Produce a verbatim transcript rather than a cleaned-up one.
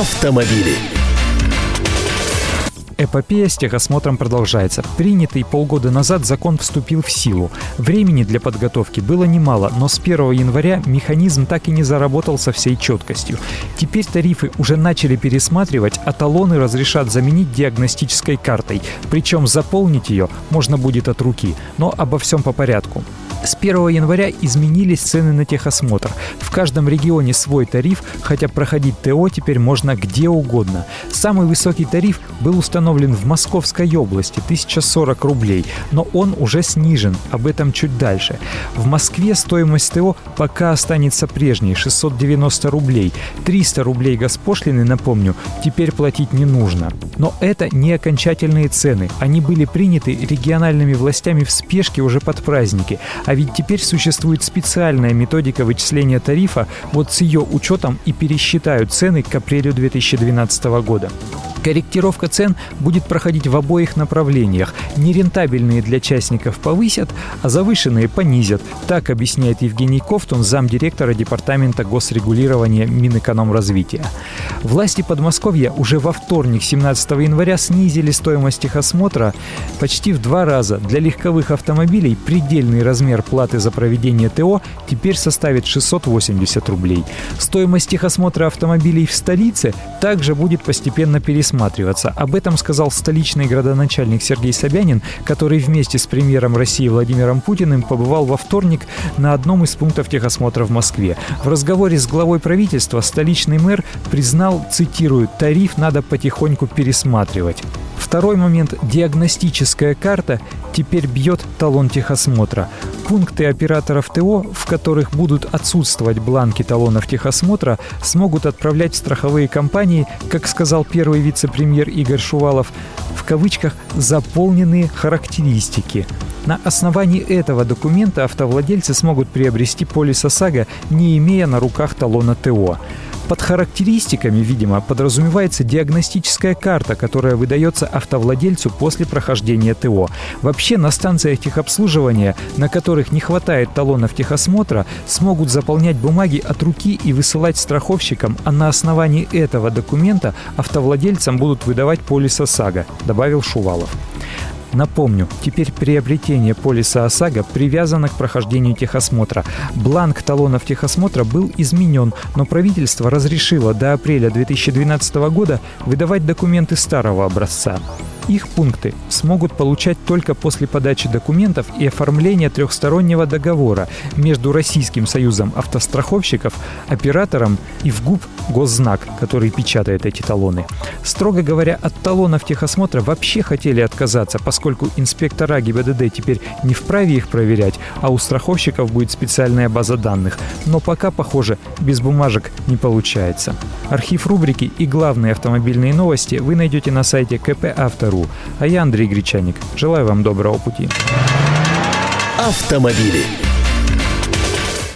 Автомобили. Эпопея с техосмотром продолжается. Принятый полгода назад закон вступил в силу. Времени для подготовки было немало, но с первого января механизм так и не заработал со всей четкостью. Теперь тарифы уже начали пересматривать, а талоны разрешат заменить диагностической картой. Причем заполнить ее можно будет от руки. Но обо всем по порядку. С первого января изменились цены на техосмотр. В каждом регионе свой тариф, хотя проходить ТО теперь можно где угодно. Самый высокий тариф был установлен в Московской области – тысяча сорок рублей, но он уже снижен, об этом чуть дальше. В Москве стоимость ТО пока останется прежней – шестьсот девяносто рублей. триста рублей госпошлины, напомню, теперь платить не нужно. Но это не окончательные цены. Они были приняты региональными властями в спешке уже под праздники. А ведь теперь существует специальная методика вычисления тарифа, вот с ее учетом и пересчитают цены к апрелю две тысячи двенадцатого года. Корректировка цен будет проходить в обоих направлениях. Нерентабельные для частников повысят, а завышенные понизят. Так объясняет Евгений Ковтун, замдиректора Департамента госрегулирования Минэкономразвития. Власти Подмосковья уже во вторник, семнадцатого января, снизили стоимость техосмотра почти в два раза. Для легковых автомобилей предельный размер платы за проведение ТО теперь составит шестьсот восемьдесят рублей. Стоимость техосмотра автомобилей в столице также будет постепенно пересматриваться. Об этом сказал столичный градоначальник Сергей Собянин, который вместе с премьером России Владимиром Путиным побывал во вторник на одном из пунктов техосмотра в Москве. В разговоре с главой правительства столичный мэр признал, цитирую, «тариф надо потихоньку пересматривать». Второй момент – диагностическая карта теперь бьет талон техосмотра. Пункты операторов ТО, в которых будут отсутствовать бланки талонов техосмотра, смогут отправлять в страховые компании, как сказал первый вице-премьер Игорь Шувалов, в кавычках «заполненные характеристики». На основании этого документа автовладельцы смогут приобрести полис ОСАГО, не имея на руках талона ТО. Под характеристиками, видимо, подразумевается диагностическая карта, которая выдается автовладельцу после прохождения ТО. Вообще, на станциях техобслуживания, на которых не хватает талонов техосмотра, смогут заполнять бумаги от руки и высылать страховщикам, а на основании этого документа автовладельцам будут выдавать полис ОСАГО, добавил Шувалов. Напомню, теперь приобретение полиса ОСАГО привязано к прохождению техосмотра. Бланк талонов техосмотра был изменен, но правительство разрешило до апреля две тысячи двенадцатого года выдавать документы старого образца. Их пункты смогут получать только после подачи документов и оформления трехстороннего договора между Российским союзом автостраховщиков, оператором и ВГУП «Госзнак», который печатает эти талоны. Строго говоря, от талонов техосмотра вообще хотели отказаться, поскольку инспектора ГИБДД теперь не вправе их проверять, а у страховщиков будет специальная база данных. Но пока, похоже, без бумажек не получается. Архив рубрики и главные автомобильные новости вы найдете на сайте ка пэ авто точка ру. А я Андрей Гречаник. Желаю вам доброго пути. Автомобили.